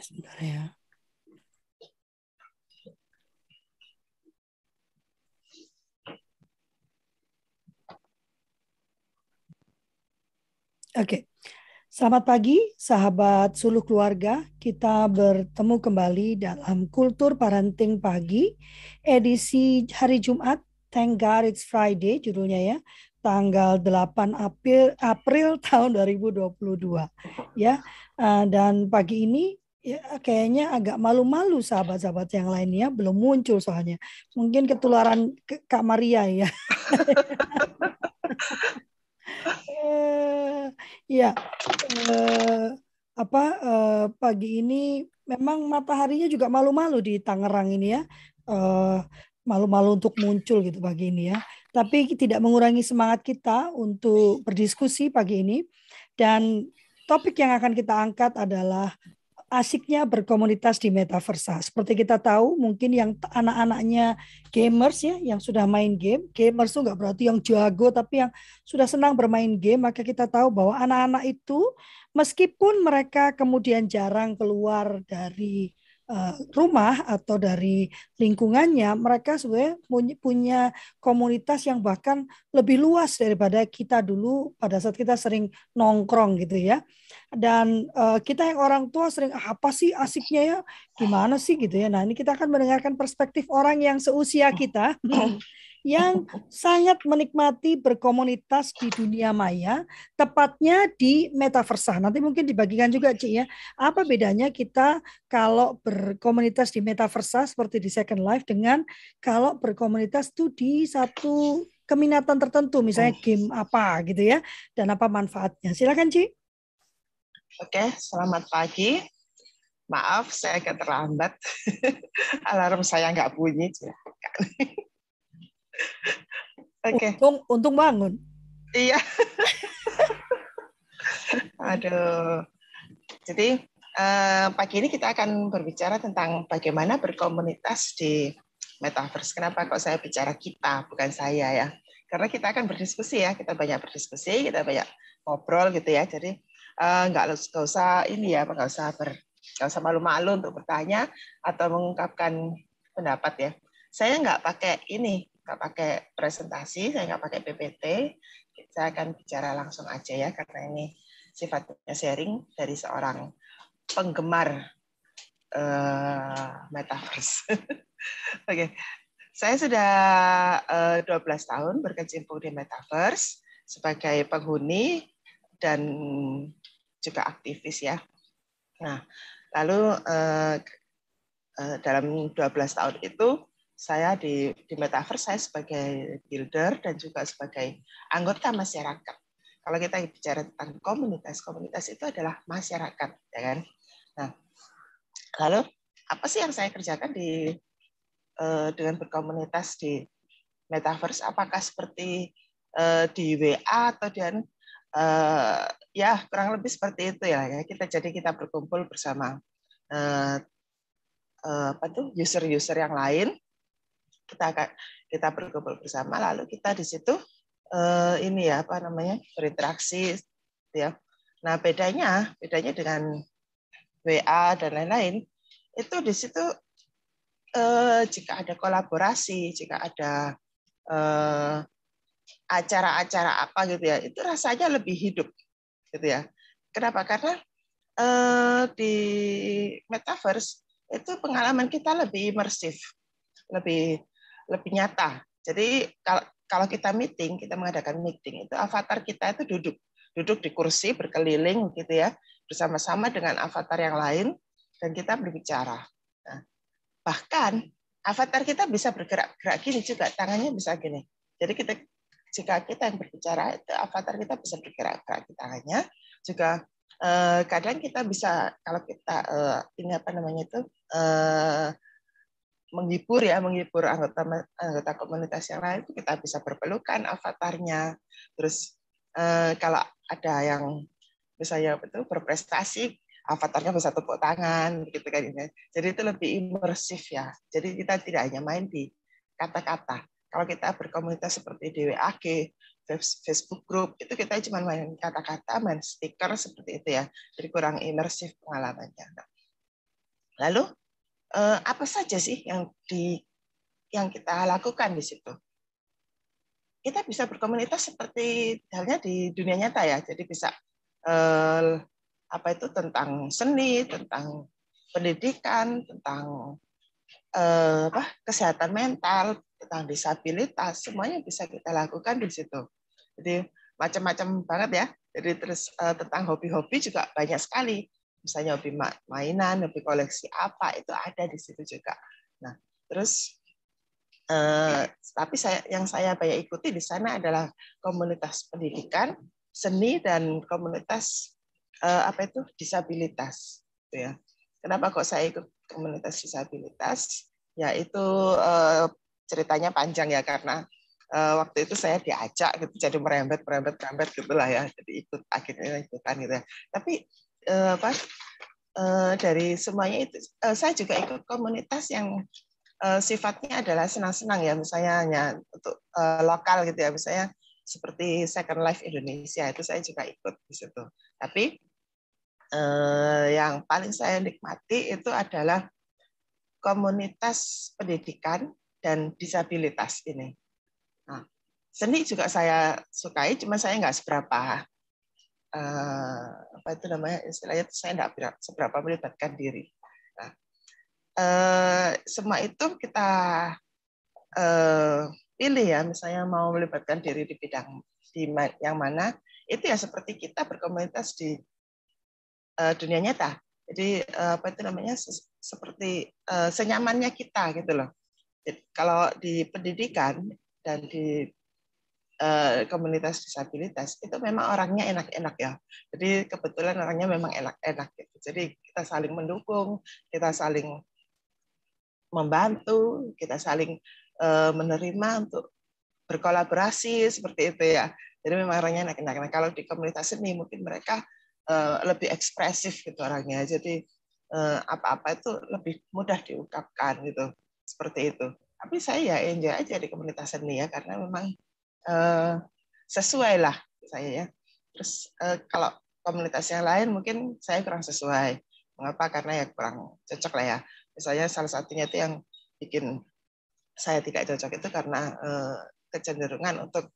Sebentar ya. Oke. Selamat pagi, sahabat Suluh Keluarga. Kita bertemu kembali dalam Kultur Parenting Pagi, edisi hari Jumat. Thank God it's Friday, judulnya ya. Tanggal 8 April tahun 2022. Ya, dan pagi ini ya, kayaknya agak malu-malu sahabat-sahabat yang lainnya belum muncul soalnya. Mungkin ketularan Kak Maria ya. Ya, pagi ini memang mataharinya juga malu-malu di Tangerang ini ya. Eh, Malu-malu untuk muncul gitu pagi ini ya. Tapi tidak mengurangi semangat kita untuk berdiskusi pagi ini. Dan topik yang akan kita angkat adalah asiknya berkomunitas di metaversa. Seperti kita tahu, mungkin yang anak-anaknya gamers ya, yang sudah main game. Gamers itu nggak berarti yang jago, tapi yang sudah senang bermain game. Maka kita tahu bahwa anak-anak itu, meskipun mereka kemudian jarang keluar dari rumah atau dari lingkungannya, mereka sebenarnya punya komunitas yang bahkan lebih luas daripada kita dulu pada saat kita sering nongkrong gitu ya. Dan kita yang orang tua sering apa sih asiknya ya, gimana sih gitu ya. Nah ini kita akan mendengarkan perspektif orang yang seusia kita yang sangat menikmati berkomunitas di dunia maya, tepatnya di metaversa. Nanti mungkin dibagikan juga Ci ya, apa bedanya kita kalau berkomunitas di metaversa seperti di Second Life dengan kalau berkomunitas tuh di satu keminatan tertentu, misalnya game apa gitu ya, dan apa manfaatnya. Silakan Ci. Oke, selamat pagi. Maaf, saya agak terlambat. Alarm saya nggak bunyi. Oke. Untung bangun. Iya. Aduh. Jadi pagi ini kita akan berbicara tentang bagaimana berkomunitas di metaverse. Kenapa kok saya bicara kita, bukan saya ya? Karena kita akan berdiskusi ya. Kita banyak berdiskusi, kita banyak ngobrol gitu ya. Jadi nggak usah ini ya, nggak usah malu-malu untuk bertanya atau mengungkapkan pendapat ya. Saya nggak pakai ini, nggak pakai presentasi, saya nggak pakai PPT. Saya akan bicara langsung aja ya, karena ini sifatnya sharing dari seorang penggemar metaverse. Oke, saya sudah 12 tahun berkecimpung di metaverse sebagai penghuni dan juga aktivis ya. Nah, lalu dalam 12 tahun itu saya di metaverse saya sebagai builder dan juga sebagai anggota masyarakat. Kalau kita bicara tentang komunitas, komunitas itu adalah masyarakat, ya kan? Nah, lalu apa sih yang saya kerjakan dengan berkomunitas di metaverse? Apakah seperti di WA atau dan ya kurang lebih seperti itu ya. Kita berkumpul bersama user-user yang lain. Kita berkumpul bersama, lalu kita di situ berinteraksi ya. Nah, bedanya dengan WA dan lain-lain itu di situ jika ada kolaborasi, jika ada acara-acara apa gitu ya, itu rasanya lebih hidup gitu ya. Kenapa? Karena di metaverse itu pengalaman kita lebih imersif, lebih nyata. Jadi kalau kita mengadakan meeting, itu avatar kita itu duduk di kursi berkeliling gitu ya, bersama-sama dengan avatar yang lain dan kita berbicara. Nah, bahkan avatar kita bisa bergerak-gerak gini juga, tangannya bisa gini. Jadi jika kita yang berbicara, itu avatar kita bisa bergerak-gerak di tangannya. Juga kadang kita bisa, kalau kita menghibur anggota komunitas yang lain, kita bisa berpelukan avatarnya. Terus kalau ada yang misalnya berprestasi, avatarnya bisa tepuk tangan gitu kan. Jadi itu lebih imersif ya. Jadi kita tidak hanya main di kata-kata. Kalau kita berkomunitas seperti di WAG, Facebook group, itu kita cuma main kata-kata, main stiker seperti itu ya. Jadi kurang imersif pengalamannya. Nah, Lalu apa saja sih yang kita lakukan di situ? Kita bisa berkomunitas seperti halnya di dunia nyata ya. Jadi bisa apa itu tentang seni, tentang pendidikan, tentang kesehatan mental, tentang disabilitas, semuanya bisa kita lakukan di situ. Jadi macam-macam banget ya. Jadi terus tentang hobi-hobi juga banyak sekali. Misalnya hobi mainan, hobi koleksi apa itu ada di situ juga. Nah, terus tapi yang saya banyak ikuti di sana adalah komunitas pendidikan, seni dan komunitas apa itu disabilitas. Gitu ya. Kenapa kok saya ikut komunitas disabilitas? Ya itu ceritanya panjang ya karena waktu itu saya diajak gitu jadi merembet gitulah ya. Jadi akhirnya ikutan gitu ya. Tapi apa dari semuanya itu saya juga ikut komunitas yang sifatnya adalah senang-senang ya, misalnya hanya untuk lokal gitu ya, misalnya seperti Second Life Indonesia itu saya juga ikut di situ. Tapi yang paling saya nikmati itu adalah komunitas pendidikan dan disabilitas ini. Nah, seni juga saya sukai, cuma saya nggak seberapa apa itu namanya istilahnya saya nggak seberapa melibatkan diri. Nah, semua itu kita pilih ya, misalnya mau melibatkan diri di bidang yang mana, itu ya seperti kita berkomunitas di dunia nyata. Jadi apa itu namanya seperti senyamannya kita gitu loh. Jadi, kalau di pendidikan dan di komunitas disabilitas itu memang orangnya enak-enak ya. Jadi kebetulan orangnya memang enak-enak gitu. Jadi kita saling mendukung, kita saling membantu, kita saling menerima untuk berkolaborasi seperti itu ya. Jadi memang orangnya enak-enak. Nah, kalau di komunitas seni mungkin mereka lebih ekspresif gitu orangnya. Jadi apa-apa itu lebih mudah diungkapkan gitu. Seperti itu. Tapi saya ya enjoy aja di komunitas seni ya karena memang sesuai lah saya ya. Terus kalau komunitas yang lain mungkin saya kurang sesuai. Mengapa? Karena ya kurang cocok lah ya. Misalnya salah satunya itu yang bikin saya tidak cocok itu karena kecenderungan untuk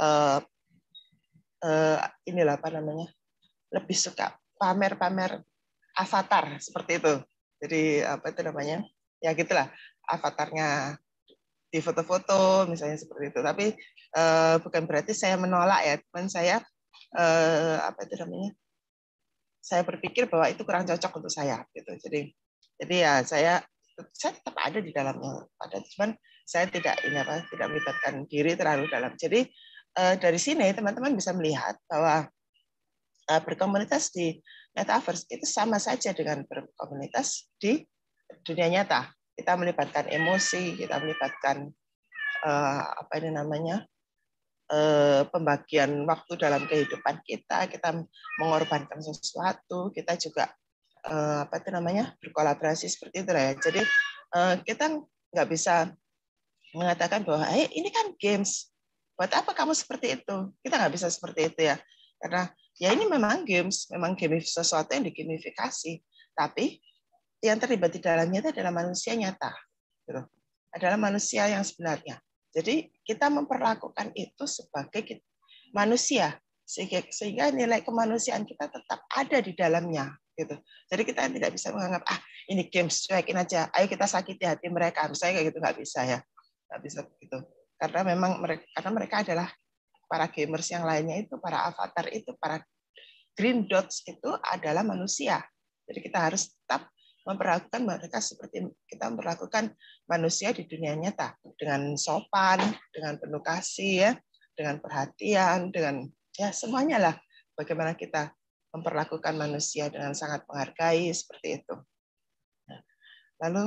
inilah apa namanya lebih suka pamer-pamer avatar seperti itu. Jadi apa itu namanya ya gitulah avatarnya di foto-foto misalnya seperti itu. Tapi bukan berarti saya menolak ya, teman saya apa itu namanya saya berpikir bahwa itu kurang cocok untuk saya gitu. Jadi ya saya tetap ada di dalamnya. Padahal cuman saya tidak tidak melibatkan diri terlalu dalam. Jadi dari sini teman-teman bisa melihat bahwa berkomunitas di metaverse itu sama saja dengan berkomunitas di dunia nyata. Kita melibatkan emosi, kita melibatkan apa ini namanya pembagian waktu dalam kehidupan kita mengorbankan sesuatu, kita juga apa itu namanya berkolaborasi seperti itu lah ya. Jadi kita nggak bisa mengatakan bahwa ini kan games, buat apa kamu seperti itu? Kita nggak bisa seperti itu ya, karena ya ini memang games, memang game sesuatu yang digamifikasi, tapi yang terlibat di dalamnya itu adalah manusia nyata, gitu. Adalah manusia yang sebenarnya. Jadi kita memperlakukan itu sebagai manusia, sehingga nilai kemanusiaan kita tetap ada di dalamnya, gitu. Jadi kita tidak bisa menganggap ini games, cuekin aja, ayo kita sakiti hati mereka, misalnya kayak gitu nggak bisa ya, nggak bisa begitu. Karena mereka adalah para gamers yang lainnya itu, para avatar itu, para green dots itu adalah manusia. Jadi kita harus tetap memperlakukan mereka seperti kita memperlakukan manusia di dunia nyata, dengan sopan, dengan penuh kasih ya, dengan perhatian, dengan ya semuanya lah. Bagaimana kita memperlakukan manusia dengan sangat menghargai seperti itu. Lalu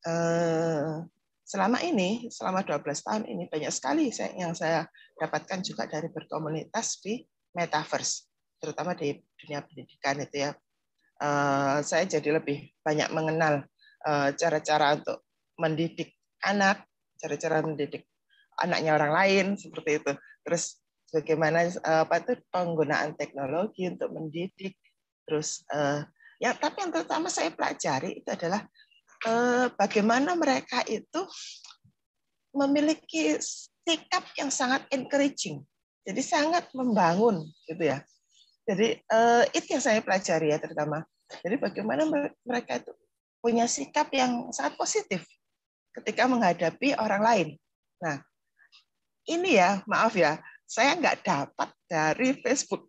selama 12 tahun ini banyak sekali yang saya dapatkan juga dari berkomunitas di metaverse, terutama di dunia pendidikan itu ya. Saya jadi lebih banyak mengenal cara-cara untuk mendidik anak, cara-cara mendidik anaknya orang lain seperti itu. Terus bagaimana penggunaan teknologi untuk mendidik, terus Ya, tapi yang terutama saya pelajari itu adalah bagaimana mereka itu memiliki sikap yang sangat encouraging. Jadi sangat membangun gitu ya. Jadi itu yang saya pelajari ya terutama. Jadi bagaimana mereka itu punya sikap yang sangat positif ketika menghadapi orang lain. Nah, ini ya, maaf ya, saya nggak dapat dari Facebook.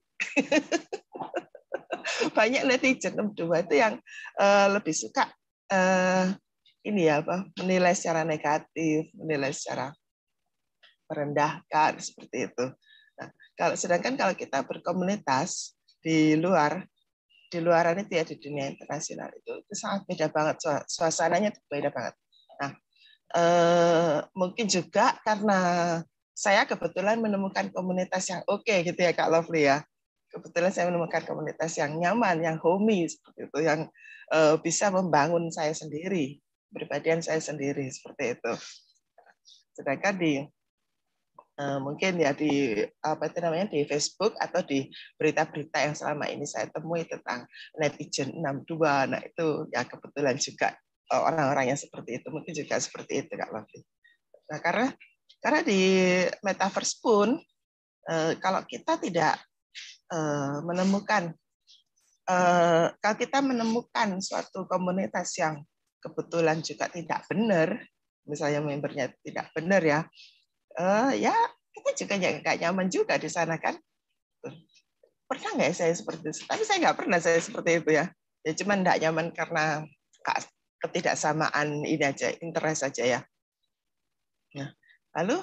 Banyak netizen kedua itu yang lebih suka ini ya apa menilai secara negatif, menilai secara merendahkan seperti itu. Nah, sedangkan kalau kita berkomunitas di luaran itu ya di dunia internasional itu sangat beda banget, suasananya itu beda banget. Nah, mungkin juga karena saya kebetulan menemukan komunitas yang oke gitu ya Kak Lovely ya. Kebetulan saya menemukan komunitas yang nyaman, yang homey seperti itu, yang bisa membangun saya sendiri, kepribadian saya sendiri seperti itu. Sedangkan mungkin ya di apa itu namanya di Facebook atau di berita-berita yang selama ini saya temui tentang netizen 62, nah itu ya kebetulan juga orang-orang yang seperti itu, mungkin juga seperti itu Kak Lovely. Nah, karena di metaverse pun kalau kita tidak menemukan kalau kita menemukan suatu komunitas yang kebetulan juga tidak benar, misalnya membernya tidak benar ya, ya kita juga nggak nyaman juga di sana kan. Pernah nggak saya seperti itu? Tapi saya nggak pernah saya seperti itu ya. Ya cuman nggak nyaman karena ketidaksamaan ini aja, interest saja ya. Nah, lalu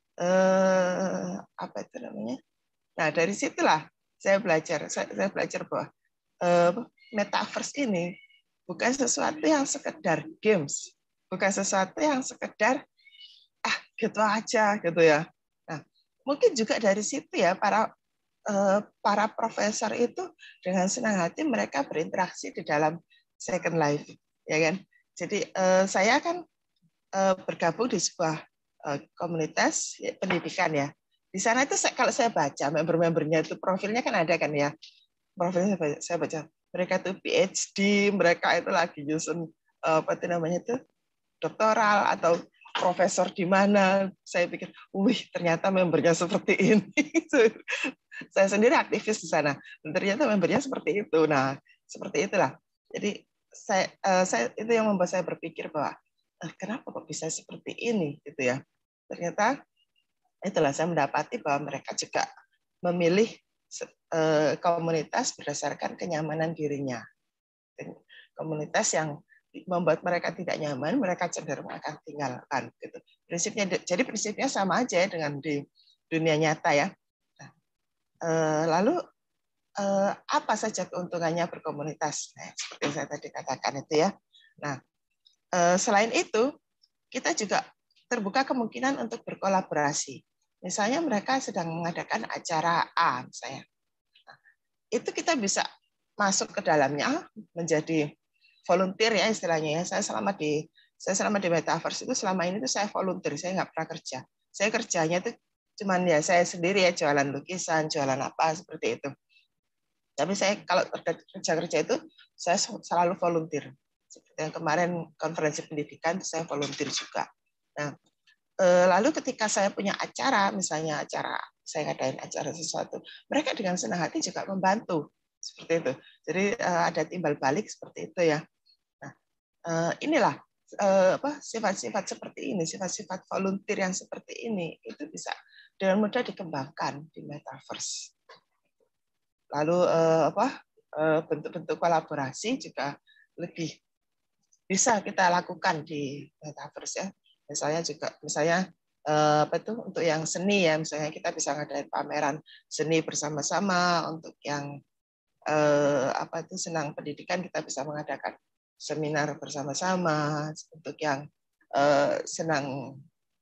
apa itu namanya? Nah, dari situlah saya belajar bahwa metaverse ini bukan sesuatu yang sekedar games, bukan sesuatu yang sekedar gitu aja gitu ya. Nah, mungkin juga dari situ ya para profesor itu dengan senang hati mereka berinteraksi di dalam Second Life, ya kan? Jadi saya kan bergabung di sebuah komunitas pendidikan ya. Di sana itu kalau saya baca member-membernya itu profilnya kan ada kan ya. Profilnya saya baca mereka itu PhD, mereka itu lagi nyusun apa itu namanya itu doktoral atau profesor di mana. Saya pikir, wih ternyata membernya seperti ini. Saya sendiri aktivis di sana, dan ternyata membernya seperti itu. Nah, seperti itulah. Jadi saya itu yang membuat saya berpikir bahwa kenapa kok bisa seperti ini, gitu ya. Ternyata itulah saya mendapati bahwa mereka juga memilih komunitas berdasarkan kenyamanan dirinya. Komunitas yang membuat mereka tidak nyaman, mereka cenderung akan tinggalkan. Gitu. Jadi prinsipnya sama aja dengan di dunia nyata ya. Nah, lalu apa saja keuntungannya berkomunitas? Nah, seperti yang saya tadi katakan itu ya. Nah, selain itu kita juga terbuka kemungkinan untuk berkolaborasi. Misalnya mereka sedang mengadakan acara A, misalnya. Nah, itu kita bisa masuk ke dalamnya menjadi volunteer ya istilahnya ya. Saya selama di metaverse itu selama ini tuh saya volunteer, saya nggak pernah kerja. Saya kerjanya tuh cuman ya saya sendiri ya jualan lukisan, jualan apa seperti itu. Tapi saya kalau kerja itu saya selalu volunteer. Seperti yang kemarin konferensi pendidikan saya volunteer juga. Nah, lalu ketika saya punya acara, misalnya saya ngadain acara sesuatu, mereka dengan senang hati juga membantu seperti itu. Jadi ada timbal balik seperti itu ya. Nah, inilah sifat-sifat seperti ini, sifat-sifat volunteer yang seperti ini itu bisa dengan mudah dikembangkan di metaverse. Lalu bentuk-bentuk kolaborasi juga lebih bisa kita lakukan di metaverse ya. Misalnya apa itu untuk yang seni ya, misalnya kita bisa ngadain pameran seni bersama-sama. Untuk yang apa itu senang pendidikan kita bisa mengadakan seminar bersama-sama. Untuk yang senang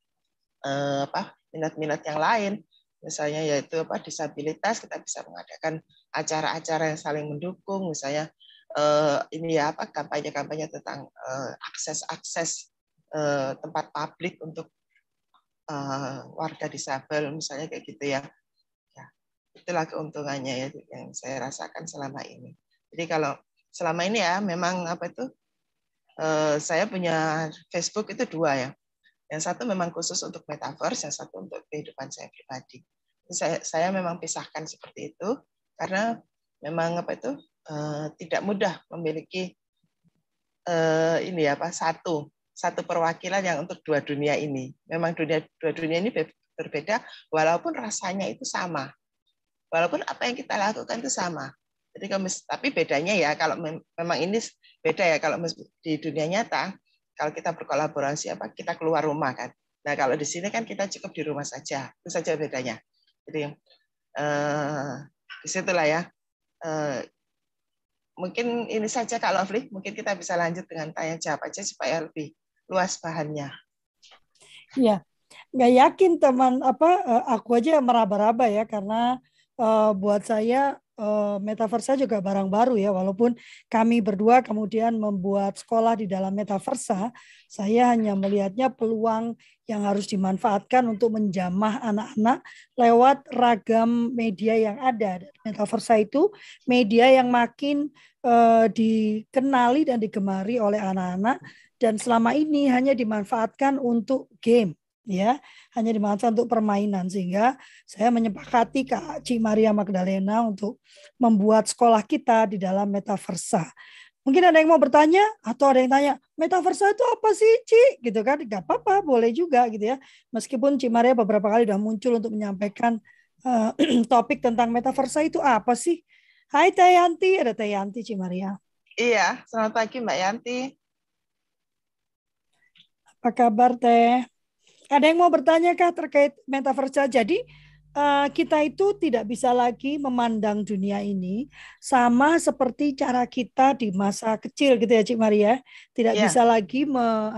minat-minat yang lain, misalnya yaitu disabilitas, kita bisa mengadakan acara-acara yang saling mendukung, misalnya ini ya kampanye-kampanye tentang akses tempat publik untuk warga disabel, misalnya kayak gitu ya. Ya, itulah keuntungannya ya yang saya rasakan selama ini. Jadi kalau selama ini ya memang apa itu saya punya Facebook itu 2 ya. Yang satu memang khusus untuk metaverse, yang satu untuk kehidupan saya pribadi. Saya memang pisahkan seperti itu karena memang apa itu tidak mudah memiliki ini apa satu perwakilan yang untuk dua dunia ini. Memang dua dunia ini berbeda walaupun rasanya itu sama. Walaupun apa yang kita lakukan itu sama. Jadi tapi bedanya ya kalau memang ini beda ya kalau di dunia nyata kalau kita berkolaborasi apa kita keluar rumah kan. Nah, kalau di sini kan kita cukup di rumah saja. Itu saja bedanya. Jadi disitulah ya. Mungkin ini saja Kak Lovely. Mungkin kita bisa lanjut dengan tanya jawab aja supaya lebih luas bahannya. Ya, nggak yakin teman aku aja meraba-raba ya karena buat saya metaversa juga barang baru ya, walaupun kami berdua kemudian membuat sekolah di dalam metaversa, saya hanya melihatnya peluang yang harus dimanfaatkan untuk menjamah anak-anak lewat ragam media yang ada. Metaversa itu media yang makin dikenali dan digemari oleh anak-anak dan selama ini hanya dimanfaatkan untuk game. Ya, hanya dimanfaatkan untuk permainan sehingga saya menyepakati Kak Ci Maria Magdalena untuk membuat sekolah kita di dalam metaversa. Mungkin ada yang mau bertanya atau ada yang tanya, metaversa itu apa sih, Ci? Gitu kan? Gak apa-apa, boleh juga gitu ya. Meskipun Ci Maria beberapa kali sudah muncul untuk menyampaikan topik tentang metaversa itu apa sih? Hai Teh Yanti, ada Teh Yanti Ci Maria. Iya, selamat pagi Mbak Yanti. Apa kabar Teh? Ada yang mau bertanya kah terkait metaverse? Jadi kita itu tidak bisa lagi memandang dunia ini sama seperti cara kita di masa kecil gitu ya Cik Maria. Tidak bisa lagi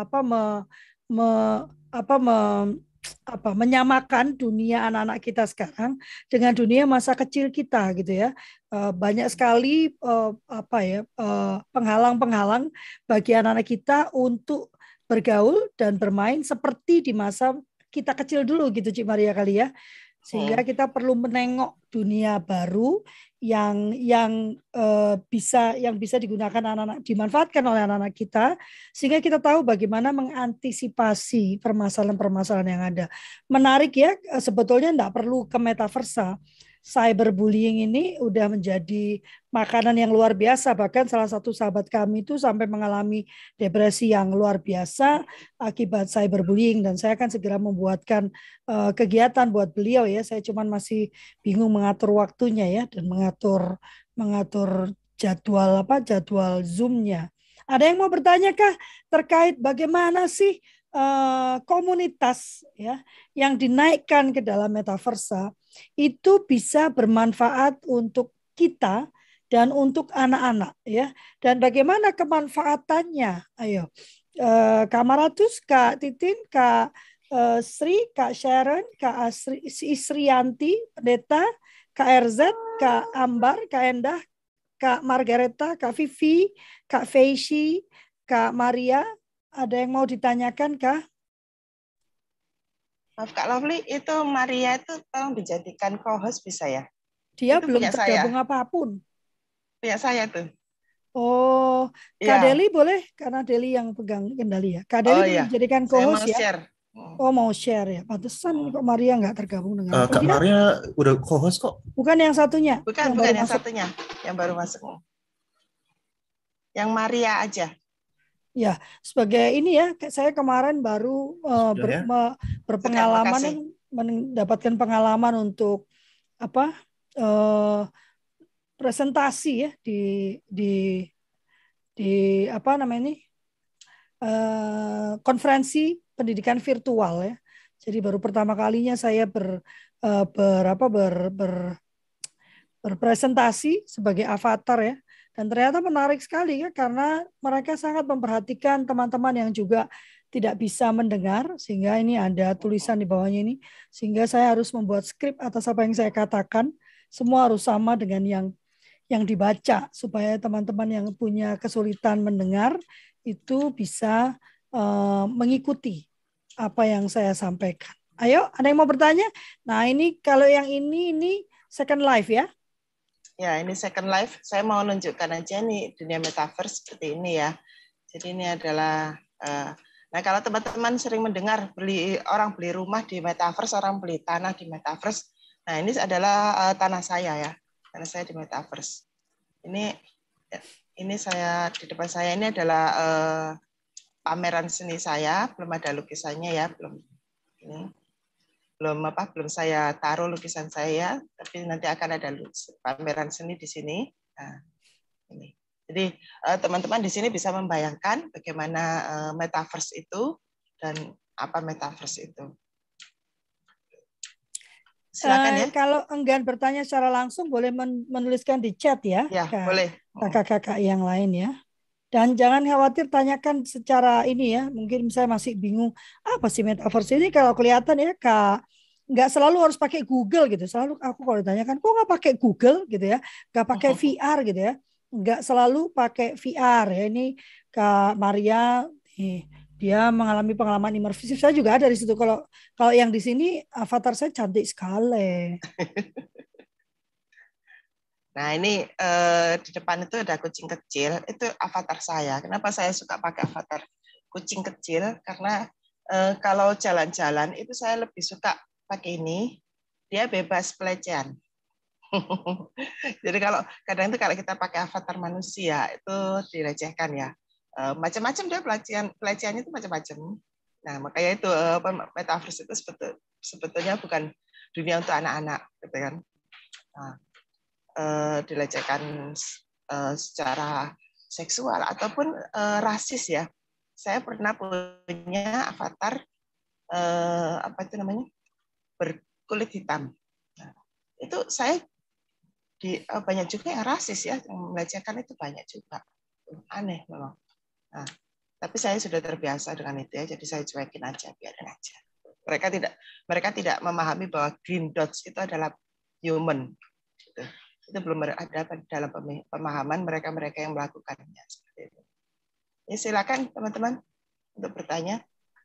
menyamakan dunia anak-anak kita sekarang dengan dunia masa kecil kita gitu ya. Banyak sekali penghalang-penghalang bagi anak-anak kita untuk bergaul dan bermain seperti di masa kita kecil dulu gitu Cik Maria kali ya. Sehingga kita perlu menengok dunia baru yang bisa digunakan anak-anak, dimanfaatkan oleh anak-anak kita sehingga kita tahu bagaimana mengantisipasi permasalahan-permasalahan yang ada. Menarik ya, sebetulnya enggak perlu ke metaversa. Cyberbullying ini udah menjadi makanan yang luar biasa. Bahkan salah satu sahabat kami itu sampai mengalami depresi yang luar biasa akibat cyberbullying dan saya akan segera membuatkan kegiatan buat beliau ya. Saya cuman masih bingung mengatur waktunya ya dan mengatur jadwal Zoom-nya. Ada yang mau bertanya kah terkait bagaimana sih komunitas ya yang dinaikkan ke dalam metaversa itu bisa bermanfaat untuk kita dan untuk anak-anak ya. Dan bagaimana kemanfaatannya? Ayo, Kak Maratus, Kak Titin, Kak Sri, Kak Sharon, Kak Isrianti, Pendeta, Kak RZ, Kak Ambar, Kak Endah, Kak Margareta, Kak Vivi, Kak Feishi, Kak Maria. Ada yang mau ditanyakan kah? Maaf Kak Lovely, itu Maria itu tolong dijadikan co-host bisa ya? Dia itu belum punya tergabung saya. apapun. Punya saya tuh. Oh, Kak Ya. Deli boleh? Karena Deli yang pegang kendali ya. Kak Deli boleh Iya. dijadikan Saya mau co-host ya? share. Oh, mau share ya. Pantesan ini kok Maria nggak tergabung dengan aku. Kak Dia Maria udah co-host kok. bukan yang satunya, Bukan baru yang masuk. satunya, yang baru masuk. Yang Maria aja. Ya, sebagai ini ya, saya kemarin baru berpengalaman mendapatkan pengalaman untuk presentasi ya di apa namanya ini konferensi pendidikan virtual ya. Jadi baru pertama kalinya saya berpresentasi sebagai avatar ya. Dan ternyata menarik sekali ya karena mereka sangat memperhatikan teman-teman yang juga tidak bisa mendengar sehingga ini ada tulisan di bawahnya ini sehingga saya harus membuat skrip atas apa yang saya katakan. Semua harus sama dengan yang dibaca supaya teman-teman yang punya kesulitan mendengar itu bisa mengikuti apa yang saya sampaikan. Ayo, ada yang mau bertanya? Nah, ini kalau yang ini second live ya? Ya, ini Second Life. Saya mau nunjukkan aja nih dunia metaverse seperti ini ya. Jadi ini adalah nah kalau teman-teman sering mendengar orang beli rumah di metaverse, orang beli tanah di metaverse. Nah, ini adalah tanah saya ya. Tanah saya di metaverse. Ini saya di depan saya ini adalah pameran seni saya, belum ada lukisannya ya, belum saya taruh lukisan saya, tapi nanti akan ada pameran seni di sini. Nah, ini. Jadi teman-teman di sini bisa membayangkan bagaimana metaverse itu dan apa metaverse itu. Silakan ya. Kalau enggan bertanya secara langsung boleh menuliskan di chat ya, Ya, boleh. kakak-kakak yang lain ya. Dan jangan khawatir tanyakan secara ini ya. Mungkin saya masih bingung apa sih metaverse ini, kalau kelihatan ya Kak. Nggak selalu harus pakai Google gitu. Selalu aku kalau ditanyakan kok nggak pakai Google gitu ya. Nggak pakai VR gitu ya. Nggak selalu pakai VR ya. Ini Kak Maria dia mengalami pengalaman imersif. Saya juga ada di situ. Kalau kalau yang di sini avatar saya cantik sekali. Nah, ini di depan itu ada kucing kecil, itu avatar saya. Kenapa saya suka pakai avatar kucing kecil? Karena kalau jalan-jalan itu saya lebih suka pakai ini, dia bebas pelecehan. Jadi kalau kadang itu kalau kita pakai avatar manusia itu dilecehkan ya. Macam-macam dia pelecehannya itu macam-macam. Nah, makanya itu metaverse itu sebetulnya bukan dunia untuk anak-anak, gitu kan. Nah, dilecehkan secara seksual ataupun rasis ya. Saya pernah punya avatar apa itu namanya, berkulit hitam. Nah, itu saya banyak juga yang rasis ya, yang melecehkan itu banyak juga. Aneh memang. Nah, tapi saya sudah terbiasa dengan itu ya, jadi saya cuekin aja, biarin aja. Mereka tidak memahami bahwa green dots itu adalah human. Gitu. Itu belum ada dalam pemahaman mereka yang melakukannya seperti itu. Ya, silakan teman-teman untuk bertanya.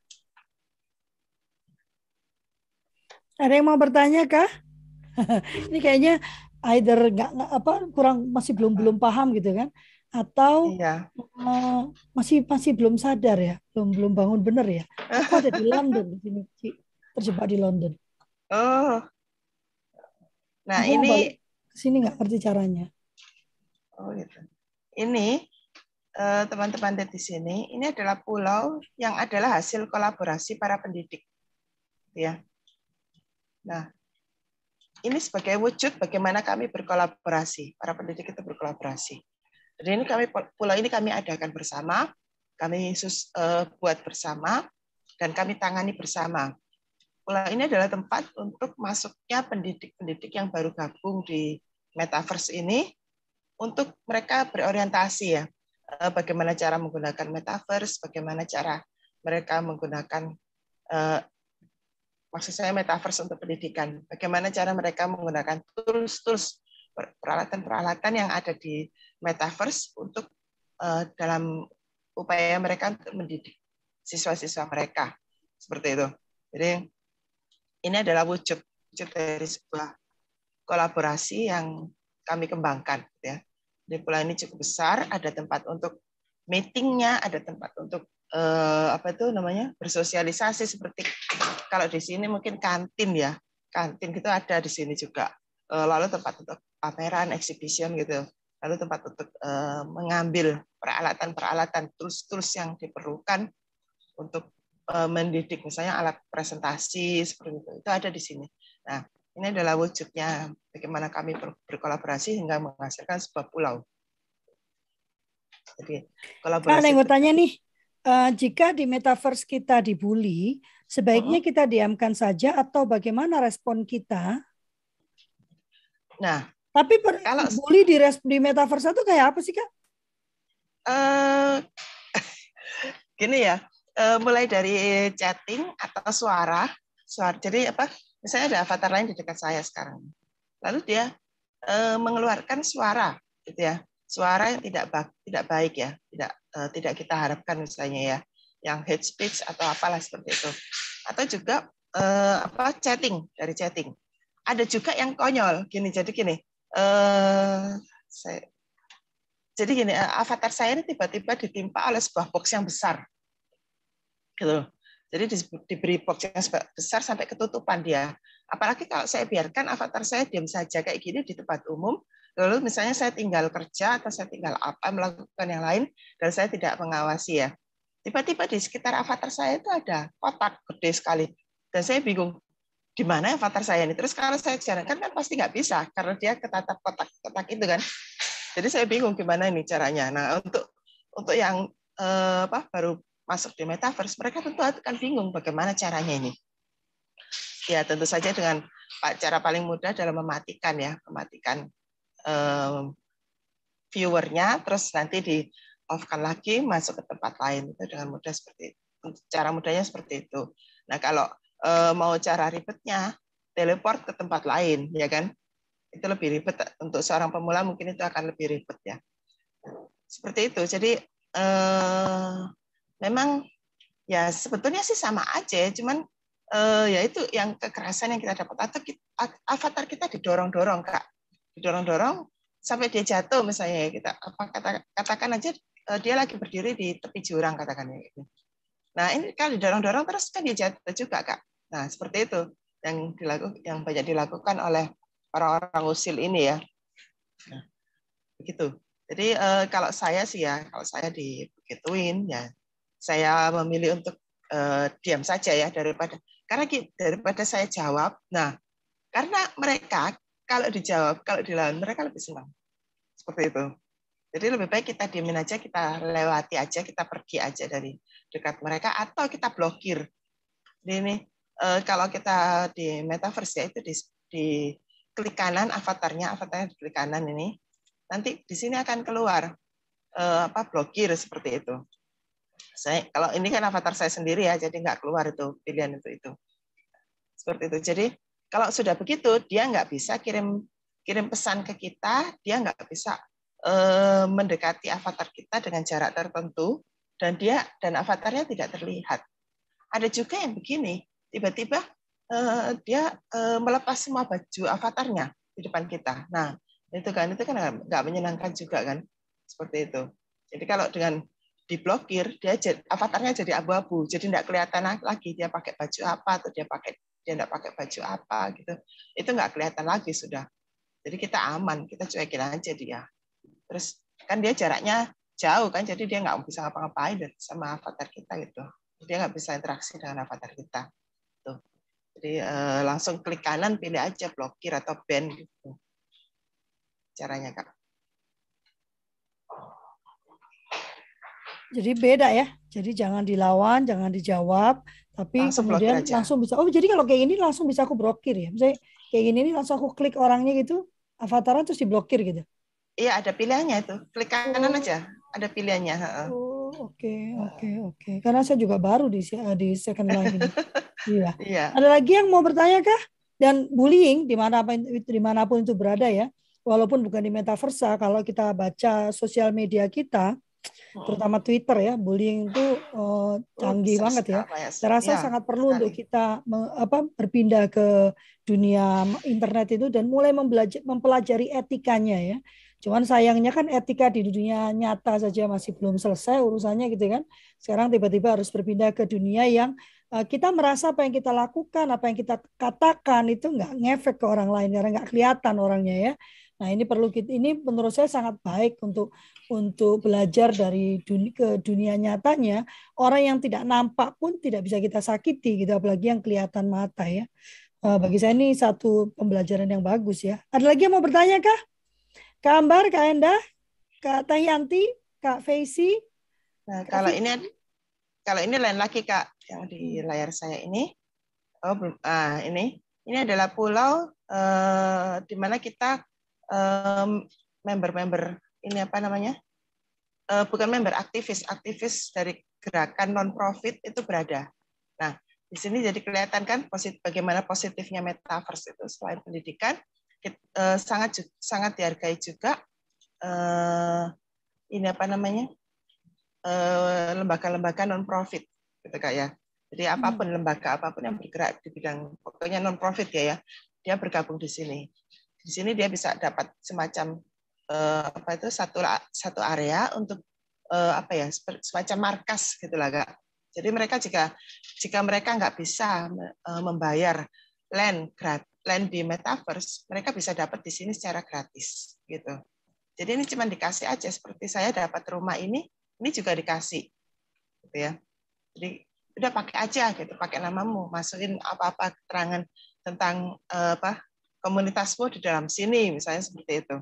Ada yang mau bertanya kah? Ini kayaknya either kurang masih belum paham gitu kan, atau Iya. masih belum sadar ya, belum bangun bener ya. Aku ada di London di sini, terjebak di London. Oh, nah Aku mau balik ini, ke sini nggak ngerti caranya. oh gitu. Ini teman-teman di sini, ini adalah pulau yang adalah hasil kolaborasi para pendidik, ya. Nah, ini sebagai wujud bagaimana kami berkolaborasi, para pendidik itu berkolaborasi. Jadi ini pulau ini kami adakan bersama, kami buat bersama, dan kami tangani bersama. Pulau ini adalah tempat untuk masuknya pendidik-pendidik yang baru gabung di metaverse ini, untuk mereka berorientasi ya, bagaimana cara menggunakan metaverse, bagaimana cara mereka menggunakan, maksud saya metaverse untuk pendidikan, bagaimana cara mereka menggunakan tools-tools, peralatan-peralatan yang ada di metaverse untuk dalam upaya mereka untuk mendidik siswa-siswa mereka, seperti itu. Jadi ini adalah wujud dari sebuah kolaborasi yang kami kembangkan, ya. Di pulau ini cukup besar, ada tempat untuk meetingnya, ada tempat untuk apa itu namanya, bersosialisasi, seperti kalau di sini mungkin kantin ya, kantin gitu ada di sini juga. Lalu tempat untuk pameran, exhibition gitu. Lalu tempat untuk mengambil peralatan-peralatan, tools-tools yang diperlukan untuk mendidik, misalnya alat presentasi seperti itu ada di sini. Nah, ini adalah wujudnya bagaimana kami berkolaborasi hingga menghasilkan sebuah pulau. Jadi Kan kolaborasi yang itu. mau tanya nih, jika di metaverse kita dibully, sebaiknya kita diamkan saja atau bagaimana respon kita? Nah, Tapi kalau bully di metaverse itu kayak apa sih Kak? Gini ya, mulai dari chatting atau suara. Jadi apa? Misalnya ada avatar lain di dekat saya sekarang. Lalu dia mengeluarkan suara, gitu ya. Suara yang tidak baik ya, tidak kita harapkan misalnya ya, yang hate speech atau apalah seperti itu. Atau juga chatting, dari chatting. Ada juga yang konyol, jadi gini, saya, jadi gini, avatar saya ini tiba-tiba ditimpa oleh sebuah box yang besar, gitu. Jadi diberi box yang besar sampai ketutupan dia. Apalagi kalau saya biarkan avatar saya diam saja kayak gini di tempat umum, lalu misalnya saya tinggal kerja atau saya tinggal apa melakukan yang lain dan saya tidak mengawasi ya. Tiba-tiba di sekitar avatar saya itu ada kotak gede sekali dan saya bingung di mana avatar saya ini. Terus kalau saya jalankan kan pasti nggak bisa karena dia ketatap kotak-kotak itu kan. Jadi saya bingung gimana ini caranya. Nah untuk yang baru masuk di metaverse, mereka tentu akan bingung bagaimana caranya ini. Ya tentu saja dengan cara paling mudah adalah mematikan viewernya, terus nanti di off-kan lagi masuk ke tempat lain itu dengan mudah seperti itu. Cara mudahnya seperti itu. Nah kalau mau cara ribetnya, teleport ke tempat lain, ya kan? Itu lebih ribet untuk seorang pemula, mungkin itu akan lebih ribet ya. Seperti itu. Jadi memang ya sebetulnya sih sama aja, cuman ya itu yang kekerasan yang kita dapat atau avatar kita didorong-dorong Kak, didorong-dorong sampai dia jatuh misalnya kita katakan aja dia lagi berdiri di tepi jurang katakan gitu. Nah ini kalau didorong-dorong terus kan dia jatuh juga Kak. Nah seperti itu yang banyak dilakukan oleh orang-orang usil ini ya. Nah, begitu. Jadi kalau saya sih ya, kalau saya dibegituin ya, saya memilih untuk diam saja ya daripada saya jawab. Nah, karena mereka kalau dijawab, kalau dilawan mereka lebih senang. Seperti itu. Jadi lebih baik kita diemin aja, kita lewati aja, kita pergi aja dari dekat mereka atau kita blokir. Jadi ini kalau kita di metaverse ya itu di klik kanan avatarnya di klik kanan ini. Nanti di sini akan keluar blokir seperti itu. Kalau ini kan avatar saya sendiri ya, jadi nggak keluar itu pilihan itu. Seperti itu. Jadi kalau sudah begitu, dia nggak bisa kirim pesan ke kita, dia nggak bisa mendekati avatar kita dengan jarak tertentu, dan avatarnya tidak terlihat. Ada juga yang begini, tiba-tiba dia melepas semua baju avatarnya di depan kita. Nah, itu kan nggak menyenangkan juga kan, seperti itu. Jadi kalau dengan diblokir, avatarnya jadi abu-abu, jadi nggak kelihatan lagi dia pakai baju apa atau dia nggak pakai baju apa gitu. Itu nggak kelihatan lagi sudah. Jadi kita aman, kita cuekin aja dia. Terus kan dia jaraknya jauh kan, jadi dia nggak bisa ngapa-ngapain sama avatar kita gitu. Dia nggak bisa interaksi dengan avatar kita. Tuh. Jadi langsung klik kanan, pilih aja blokir atau ban gitu. Caranya Kak. Jadi beda ya. Jadi jangan dilawan, jangan dijawab, tapi Langsung blokir kemudian aja. langsung bisa. Oh, jadi kalau kayak gini langsung bisa aku blokir ya. Misalnya kayak gini nih langsung aku klik orangnya gitu, avatarnya terus diblokir gitu. Iya, ada pilihannya itu. Klik kanan aja, ada pilihannya. Oh, oke. Karena saya juga baru di Second Life ini. Iya. Iya. Ada lagi yang mau bertanya kah? Dan bullying dimanapun itu berada ya, walaupun bukan di metaversa, kalau kita baca sosial media kita, terutama Twitter ya, bullying itu canggih banget ya. Saya rasa Ya, sangat perlu untuk sekali. kita berpindah ke dunia internet itu dan mulai mempelajari etikanya ya. Cuman sayangnya kan etika di dunia nyata saja masih belum selesai urusannya gitu kan. Sekarang tiba-tiba harus berpindah ke dunia yang kita merasa apa yang kita lakukan, apa yang kita katakan itu nggak ngefek ke orang lain karena nggak kelihatan orangnya ya. Nah ini ini menurut saya sangat baik untuk belajar dari ke dunia nyatanya. Orang yang tidak nampak pun tidak bisa kita sakiti gitu, apalagi yang kelihatan mata ya. Bagi saya ini satu pembelajaran yang bagus ya. Ada lagi yang mau bertanya kah? Kak Ambar, Kak Endah, Kak Tahianti, Kak Feisi, Nah, Kak Vicky. kalau ini lain lagi Kak, yang di layar saya ini. Oh, belum. Ini adalah pulau di mana kita member-member ini apa namanya? Bukan member, aktivis dari gerakan non profit itu berada. Nah, di sini jadi kelihatan kan bagaimana positifnya metaverse itu selain pendidikan sangat dihargai juga ini apa namanya? Lembaga-lembaga non profit gitu Kak ya. Jadi lembaga apapun yang bergerak di bidang pokoknya non profit ya, dia bergabung di sini. Di sini dia bisa dapat semacam satu area untuk semacam markas gitulah Kak. Jadi mereka jika mereka nggak bisa membayar land di metaverse, mereka bisa dapat di sini secara gratis gitu. Jadi ini cuma dikasih aja, seperti saya dapat rumah ini juga dikasih gitu ya. Jadi udah pakai aja gitu, pakai namamu, masukin apa-apa keterangan tentang komunitasmu di dalam sini, misalnya seperti itu.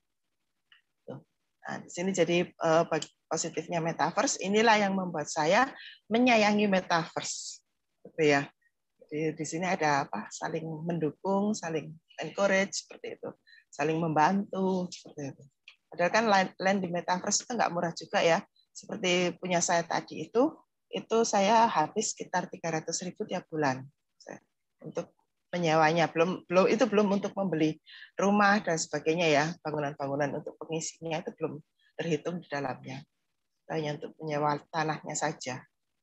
Nah, di sini jadi positifnya metaverse, inilah yang membuat saya menyayangi metaverse, gitu ya. Di sini ada saling mendukung, saling encourage seperti itu, saling membantu seperti itu. Padahal kan land di metaverse itu nggak murah juga ya. Seperti punya saya tadi itu saya habis sekitar 300.000 tiap bulan untuk menyewanya. Belum untuk membeli rumah dan sebagainya ya, bangunan-bangunan untuk pengisinya itu belum terhitung di dalamnya. Hanya untuk menyewa tanahnya saja.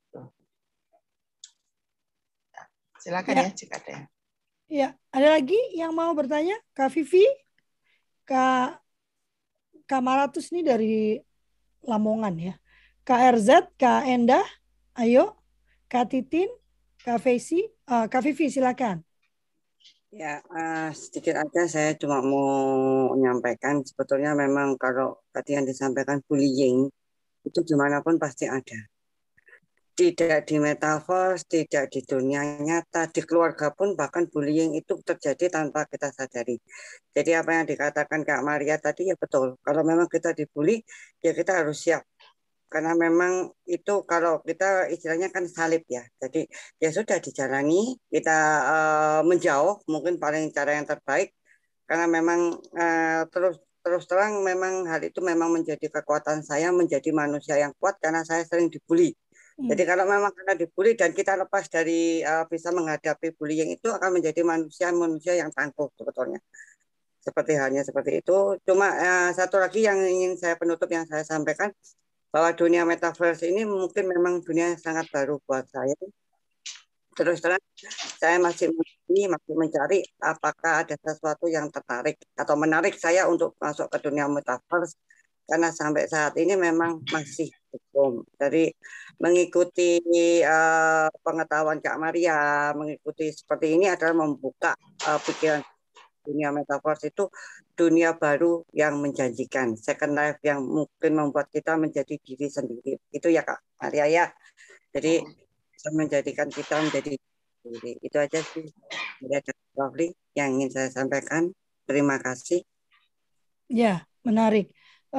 Silakan ya jika ada. Ya, ada lagi yang mau bertanya? Kak Vivi, Kak Maratus nih dari Lamongan ya. Kak RZ, Kak Endah, ayo. Kak Titin, Kak Fesi, Kak Vivi silakan. Ya, sedikit aja saya cuma mau menyampaikan sebetulnya memang kalau tadi yang disampaikan bullying itu dimanapun pasti ada. Tidak di metaverse, tidak di dunia nyata, di keluarga pun bahkan bullying itu terjadi tanpa kita sadari. Jadi apa yang dikatakan Kak Maria tadi ya betul. Kalau memang kita dibully, ya kita harus siap. Karena memang itu kalau kita istilahnya kan salib ya. Jadi ya sudah dijalani, kita menjauh mungkin paling cara yang terbaik. Karena memang terus terang memang hal itu memang menjadi kekuatan saya menjadi manusia yang kuat karena saya sering dibully. Jadi kalau memang karena dibully dan kita lepas dari bisa menghadapi bullying itu akan menjadi manusia yang tangguh sebetulnya. Seperti halnya seperti itu. Cuma satu lagi yang ingin saya penutup yang saya sampaikan bahwa dunia metaverse ini mungkin memang dunia yang sangat baru buat saya. Terus terang saya masih mencari apakah ada sesuatu yang tertarik atau menarik saya untuk masuk ke dunia metaverse. Karena sampai saat ini memang masih belum. Jadi mengikuti pengetahuan Kak Maria, mengikuti seperti ini adalah membuka pikiran dunia metaverse itu dunia baru yang menjanjikan, second life yang mungkin membuat kita menjadi diri sendiri. Itu ya Kak Maria ya. Jadi bisa menjadikan kita menjadi diri. Itu aja sih yang ingin saya sampaikan. Terima kasih. Ya, menarik.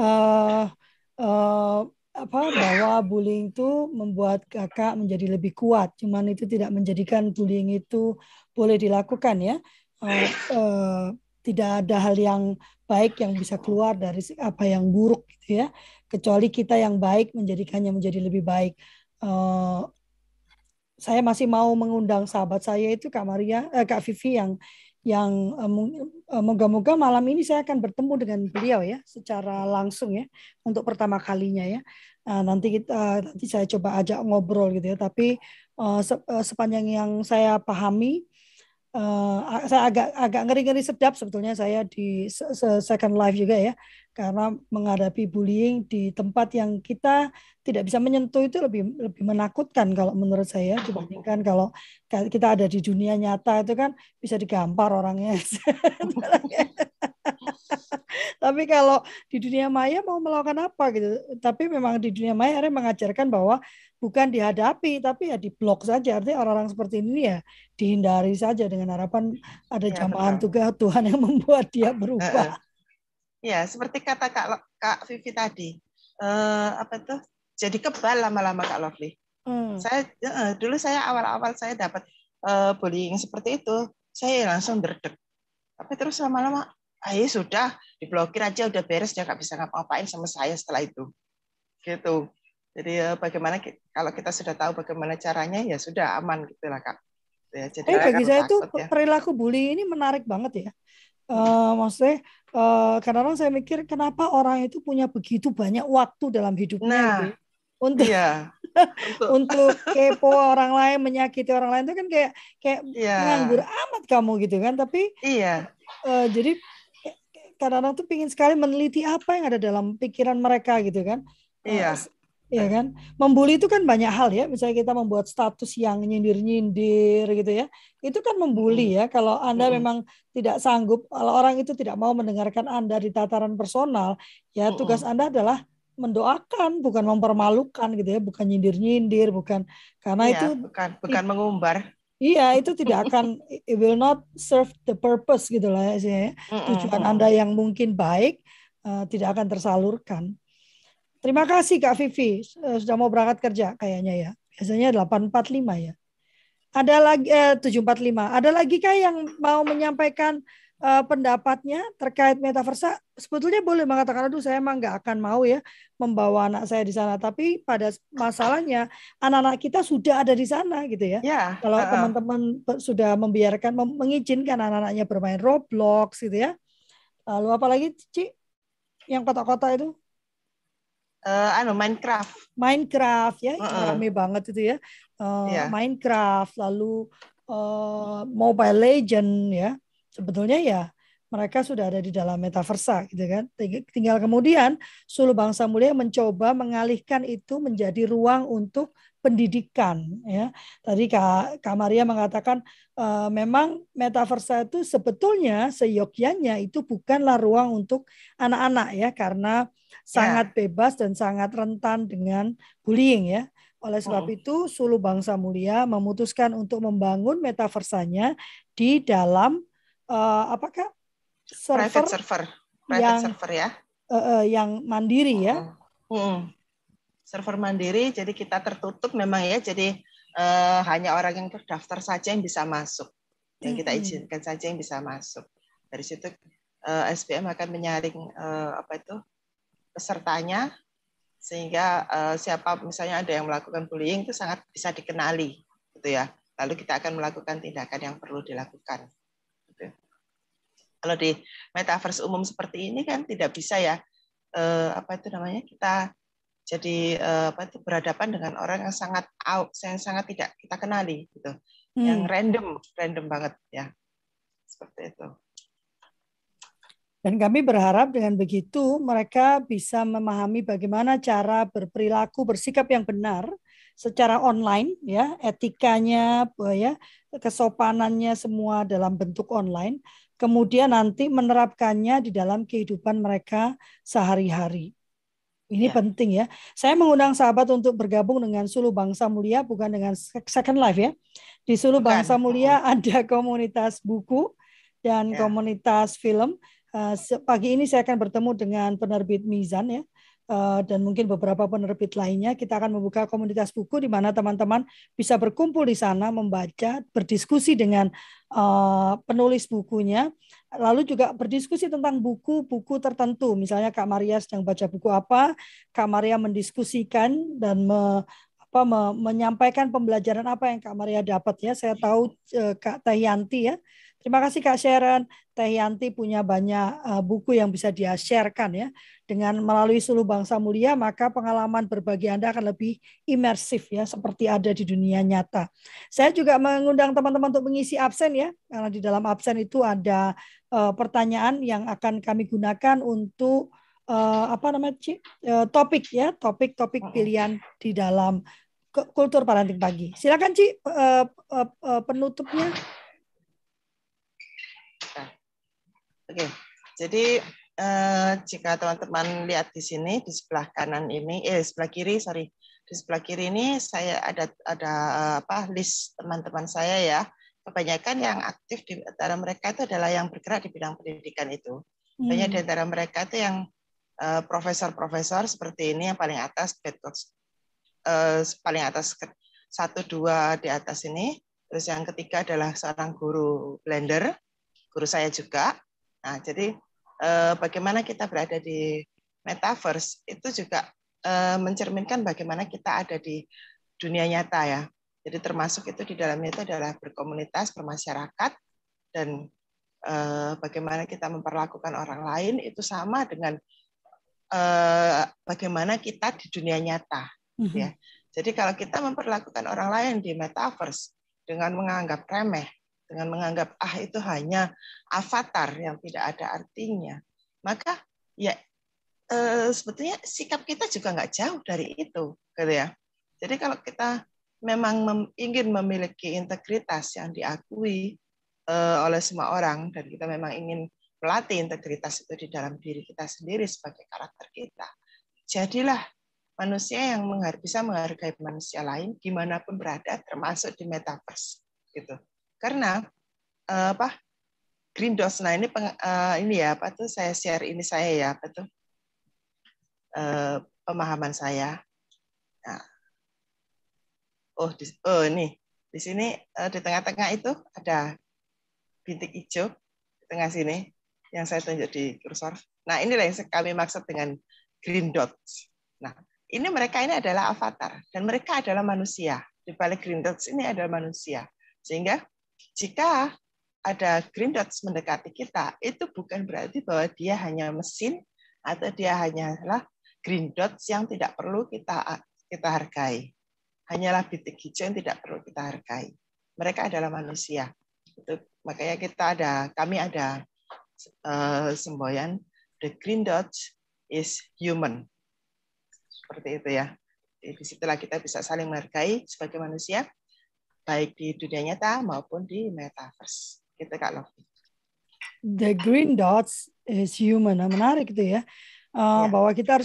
Bahwa bullying itu membuat kakak menjadi lebih kuat. Cuman itu tidak menjadikan bullying itu boleh dilakukan ya. Tidak ada hal yang baik yang bisa keluar dari apa yang buruk gitu ya. Kecuali kita yang baik menjadikannya menjadi lebih baik. Saya masih mau mengundang sahabat saya itu Kak Maria, Kak Vivi yang moga-moga malam ini saya akan bertemu dengan beliau ya secara langsung ya untuk pertama kalinya ya. Nanti saya coba ajak ngobrol gitu ya. Tapi sepanjang yang saya pahami, saya agak ngeri-ngeri sedap sebetulnya saya di second life juga ya, karena menghadapi bullying di tempat yang kita tidak bisa menyentuh itu lebih menakutkan kalau menurut saya dibandingkan kalau kita ada di dunia nyata itu kan bisa digampar orangnya. Tapi kalau di dunia maya mau melakukan apa gitu. Tapi memang di dunia maya ada mengajarkan bahwa bukan dihadapi tapi ya diblok saja. Artinya orang-orang seperti ini ya dihindari saja dengan harapan ada jamahan Tuhan yang membuat dia berubah. Ya, seperti kata Kak Vivi tadi. Jadi kebal lama-lama Kak Lovely. Dulu saya awal-awal saya dapat bullying seperti itu, saya langsung derdek. Tapi terus lama-lama ayo sudah diblokir aja udah beres, dia nggak bisa ngapa-ngapain sama saya setelah itu gitu. Jadi bagaimana kalau kita sudah tahu bagaimana caranya ya sudah aman gitu lah Kak ya, jadi bagi saya itu ya. Perilaku bully ini menarik banget ya. Maksudnya kadang-kadang saya mikir kenapa orang itu punya begitu banyak waktu dalam hidupnya gitu untuk untuk kepo orang lain, menyakiti orang lain itu kan kayak nganggur amat kamu gitu kan. Tapi jadi kadang-kadang tuh pingin sekali meneliti apa yang ada dalam pikiran mereka gitu kan. Iya. Ya kan, membuli itu kan banyak hal ya. Misalnya kita membuat status yang nyindir-nyindir gitu ya, itu kan membuli ya. Kalau Anda memang tidak sanggup, kalau orang itu tidak mau mendengarkan Anda di tataran personal, ya tugas Anda adalah mendoakan, bukan mempermalukan gitu ya, bukan nyindir-nyindir, bukan karena Iya, itu bukan mengumbar. iya itu tidak akan, it will not serve the purpose gitu lah ya. Tujuan Anda yang mungkin baik tidak akan tersalurkan. Terima kasih Kak Vivi, sudah mau berangkat kerja kayaknya ya. Biasanya 8.45 ya. Ada lagi 7.45. Ada lagi Kak yang mau menyampaikan pendapatnya terkait metaversa? Sebetulnya boleh mengatakan, aduh saya emang nggak akan mau ya membawa anak saya di sana. Tapi pada masalahnya anak-anak kita sudah ada di sana gitu ya. Ya. Kalau teman-teman sudah membiarkan, mengizinkan anak-anaknya bermain Roblox gitu ya. Lalu apalagi Ci? Yang kota-kota itu? Minecraft ya, rame banget itu ya. Minecraft, lalu Mobile Legend ya. Sebetulnya ya mereka sudah ada di dalam metaversa gitu kan. Tinggal kemudian Sulu Bangsa Mulia mencoba mengalihkan itu menjadi ruang untuk pendidikan ya. Tadi Kak Maria mengatakan memang metaversa itu sebetulnya seyogyanya itu bukanlah ruang untuk anak-anak ya, karena sangat bebas dan sangat rentan dengan bullying ya. Oleh sebab itu Sulu Bangsa Mulia memutuskan untuk membangun metaversanya di dalam apakah server yang mandiri ya. Server mandiri, jadi kita tertutup memang ya, jadi hanya orang yang terdaftar saja yang bisa masuk, yang kita izinkan saja yang bisa masuk. Dari situ SBM akan menyaring pesertanya, sehingga siapa misalnya ada yang melakukan bullying itu sangat bisa dikenali, gitu ya. Lalu kita akan melakukan tindakan yang perlu dilakukan. Gitu. Kalau di metaverse umum seperti ini kan tidak bisa ya, kita jadi berhadapan dengan orang yang sangat tidak kita kenali, gitu, yang random banget ya, seperti itu. Dan kami berharap dengan begitu mereka bisa memahami bagaimana cara berperilaku, bersikap yang benar secara online, ya, etikanya, ya, kesopanannya semua dalam bentuk online. Kemudian nanti menerapkannya di dalam kehidupan mereka sehari-hari. Ini penting ya. Saya mengundang sahabat untuk bergabung dengan Sulu Bangsa Mulia, bukan dengan Second Life ya. Di Sulu Bangsa Mulia ada komunitas buku dan komunitas film. Pagi ini saya akan bertemu dengan penerbit Mizan ya, dan mungkin beberapa penerbit lainnya. Kita akan membuka komunitas buku di mana teman-teman bisa berkumpul di sana, membaca, berdiskusi dengan penulis bukunya, lalu juga berdiskusi tentang buku-buku tertentu. Misalnya Kak Maria sedang baca buku apa, Kak Maria mendiskusikan dan menyampaikan pembelajaran apa yang Kak Maria dapat ya. Saya tahu Kak Teh Yanti ya. Terima kasih Kak Sharon. Teh Yanti punya banyak buku yang bisa dia sharekan ya. Dengan melalui Sulu Bangsa Mulia, maka pengalaman berbagi Anda akan lebih imersif ya, seperti ada di dunia nyata. Saya juga mengundang teman-teman untuk mengisi absen ya, karena di dalam absen itu ada pertanyaan yang akan kami gunakan untuk topik ya, topik-topik pilihan di dalam kultur parenting pagi. Silakan Ci, penutupnya. Oke, jadi jika teman-teman lihat di sini di sebelah kanan ini, sebelah kiri, di sebelah kiri ini saya ada list teman-teman saya ya. Kebanyakan yang aktif di antara mereka itu adalah yang bergerak di bidang pendidikan itu. Banyak di antara mereka itu yang profesor-profesor seperti ini yang paling atas, paling atas 1, 2 di atas ini. Terus yang ketiga adalah seorang guru Blender, guru saya juga. Nah, jadi bagaimana kita berada di metaverse itu juga mencerminkan bagaimana kita ada di dunia nyata ya. Jadi termasuk itu di dalamnya itu adalah berkomunitas, bermasyarakat, dan bagaimana kita memperlakukan orang lain itu sama dengan bagaimana kita di dunia nyata. Ya. Jadi kalau kita memperlakukan orang lain di metaverse dengan menganggap remeh, dengan menganggap itu hanya avatar yang tidak ada artinya, maka ya sebetulnya sikap kita juga nggak jauh dari itu, gitu ya. Jadi kalau kita memang ingin memiliki integritas yang diakui oleh semua orang, dan kita memang ingin melatih integritas itu di dalam diri kita sendiri sebagai karakter kita, jadilah manusia yang bisa menghargai manusia lain dimanapun berada, termasuk di metaverse, gitu. Karena Green Dots, nah ini ya apa tuh, saya share ini saya ya apa tuh pemahaman saya. Nah, ini di sini di tengah-tengah itu ada bintik hijau di tengah sini yang saya tunjuk di kursor. Nah, inilah yang kami maksud dengan green dots. Nah, ini adalah avatar dan mereka adalah manusia. Di balik green dots ini adalah manusia. Sehingga jika ada green dots mendekati kita, itu bukan berarti bahwa dia hanya mesin atau dia hanyalah green dots yang tidak perlu kita hargai. Hanyalah bintik hijau yang tidak perlu kita hargai. Mereka adalah manusia. Itu makanya kami ada semboyan the green dots is human. Seperti itu ya. Di situlah kita bisa saling menghargai sebagai manusia, baik di dunia nyata maupun di metaverse. Gitu Kak Lofi. The green dots is human. Nah, menarik itu ya. Bahwa kita harus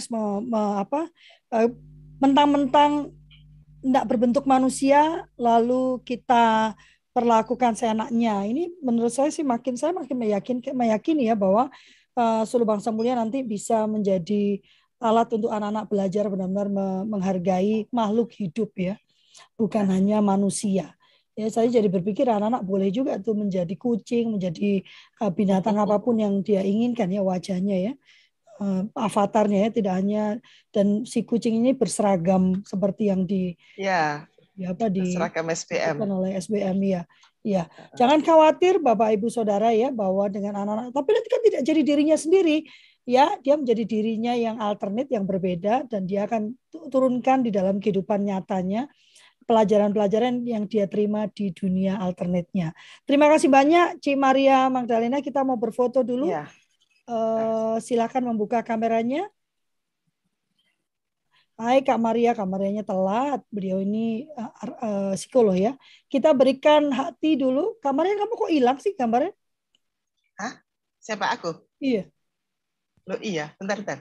mentang-mentang tidak berbentuk manusia lalu kita perlakukan seenaknya. Ini menurut saya sih makin meyakini ya bahwa Suluh Bangsa Mulia nanti bisa menjadi alat untuk anak-anak belajar benar-benar menghargai makhluk hidup ya, bukan hanya manusia. Ya, saya jadi berpikir anak-anak boleh juga tuh menjadi kucing, menjadi binatang apapun yang dia inginkan ya wajahnya ya. Avatarnya ya, tidak hanya, dan si kucing ini berseragam seperti yang seragam SBM oleh SBM ya. Ya, jangan khawatir Bapak Ibu Saudara ya bahwa dengan anak-anak, tapi nanti kan tidak jadi dirinya sendiri ya, dia menjadi dirinya yang alternate, yang berbeda, dan dia akan turunkan di dalam kehidupan nyatanya pelajaran-pelajaran yang dia terima di dunia alternate-nya. Terima kasih banyak Ci Maria Magdalena, kita mau berfoto dulu. Ya. Silakan membuka kameranya. Hai Kak Maria, kameranya telat. Beliau ini psikolog ya. Kita berikan hati dulu. Kamarnya kamu kok hilang sih gambarnya? Hah? Siapa aku? Iya. Loh iya, bentar.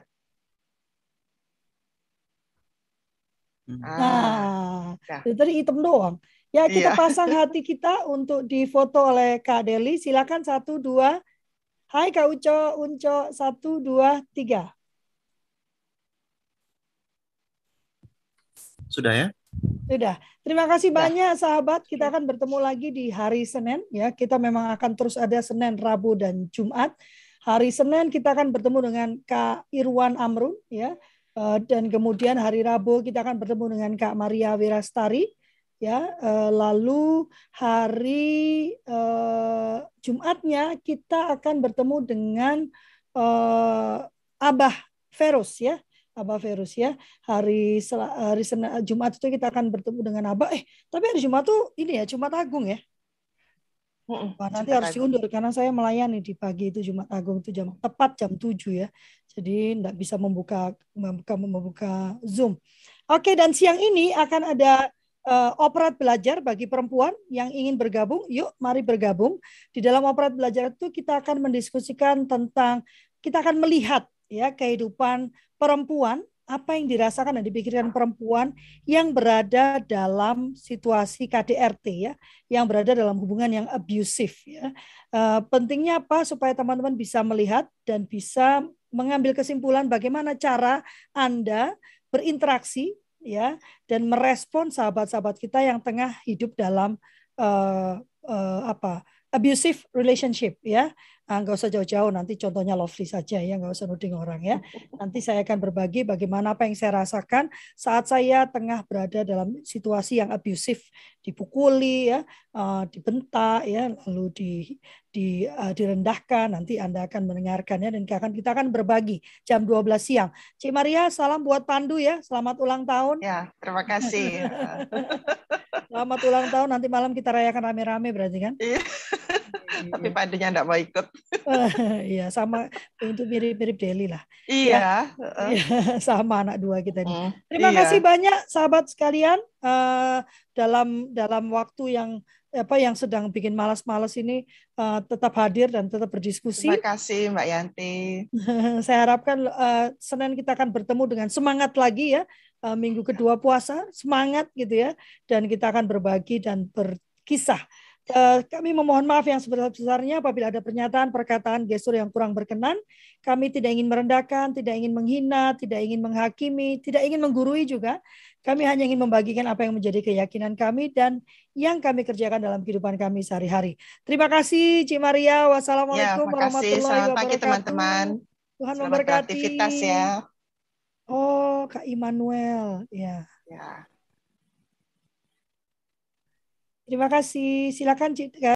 Nah, tadi hitam doang. Ya, kita pasang hati kita untuk difoto oleh Kak Deli. Silakan 1, 2. Hai Kak Unco, 1, 2, 3. Sudah ya? Sudah. Terima kasih banyak sahabat. Kita akan bertemu lagi di hari Senin ya. Kita memang akan terus ada Senin, Rabu dan Jumat. Hari Senin kita akan bertemu dengan Kak Irwan Amrun ya. Dan kemudian hari Rabu kita akan bertemu dengan Kak Maria Wirastari ya. Lalu hari Jumatnya kita akan bertemu dengan Abah Ferus ya. Abah Ferus ya. Hari Jumat itu kita akan bertemu dengan Abah. Tapi hari Jumat tuh ini ya, Jumat Agung ya. Nanti harus diundur karena saya melayani di pagi itu Jumat Agung itu tepat jam 7 ya. Jadi tidak bisa membuka Zoom. Oke, dan siang ini akan ada operat belajar bagi perempuan yang ingin bergabung. Yuk, mari bergabung. Di dalam operat belajar itu kita akan mendiskusikan tentang, kita akan melihat ya kehidupan perempuan, apa yang dirasakan dan dipikirkan perempuan yang berada dalam situasi KDRT ya, yang berada dalam hubungan yang abusif ya. Pentingnya apa? Supaya teman-teman bisa melihat dan bisa mengambil kesimpulan bagaimana cara Anda berinteraksi ya dan merespon sahabat-sahabat kita yang tengah hidup dalam abusive relationship ya. Nggak usah jauh-jauh, nanti contohnya Lovely saja ya, nggak usah nuding orang ya. Nanti saya akan berbagi bagaimana apa yang saya rasakan saat saya tengah berada dalam situasi yang abusif, dipukuli ya, dibentak ya, lalu direndahkan. Nanti Anda akan mendengarkannya dan kita akan berbagi jam 12 siang. Cik Maria, salam buat Pandu ya, selamat ulang tahun. Ya, terima kasih. Selamat ulang tahun, nanti malam kita rayakan rame-rame berarti kan? Tapi Pandinya enggak mau ikut. Iya, sama itu mirip-mirip Deli lah. Ya, Iya. sama anak dua kita ini. Mm, Terima iya. kasih banyak sahabat sekalian dalam waktu yang sedang bikin malas-malas ini tetap hadir dan tetap Terima berdiskusi. kasih Mbak Yanti. Saya harapkan Senin kita akan bertemu dengan semangat lagi ya. Minggu kedua puasa, semangat gitu ya. Dan kita akan berbagi dan berkisah. Kami memohon maaf yang sebesar-besarnya apabila ada pernyataan, perkataan, gestur yang kurang berkenan. Kami tidak ingin merendahkan, tidak ingin menghina, tidak ingin menghakimi, tidak ingin menggurui juga. Kami hanya ingin membagikan apa yang menjadi keyakinan kami dan yang kami kerjakan dalam kehidupan kami sehari-hari. Terima kasih, Cik Maria. Ya, Wassalamualaikum makasih. warahmatullahi Selamat pagi wabarakatuh. teman-teman. Tuhan Selamat memberkati. beraktivitas ya. Oh, Kak Immanuel. Ya. Ya. Terima kasih. Silakan, Cik.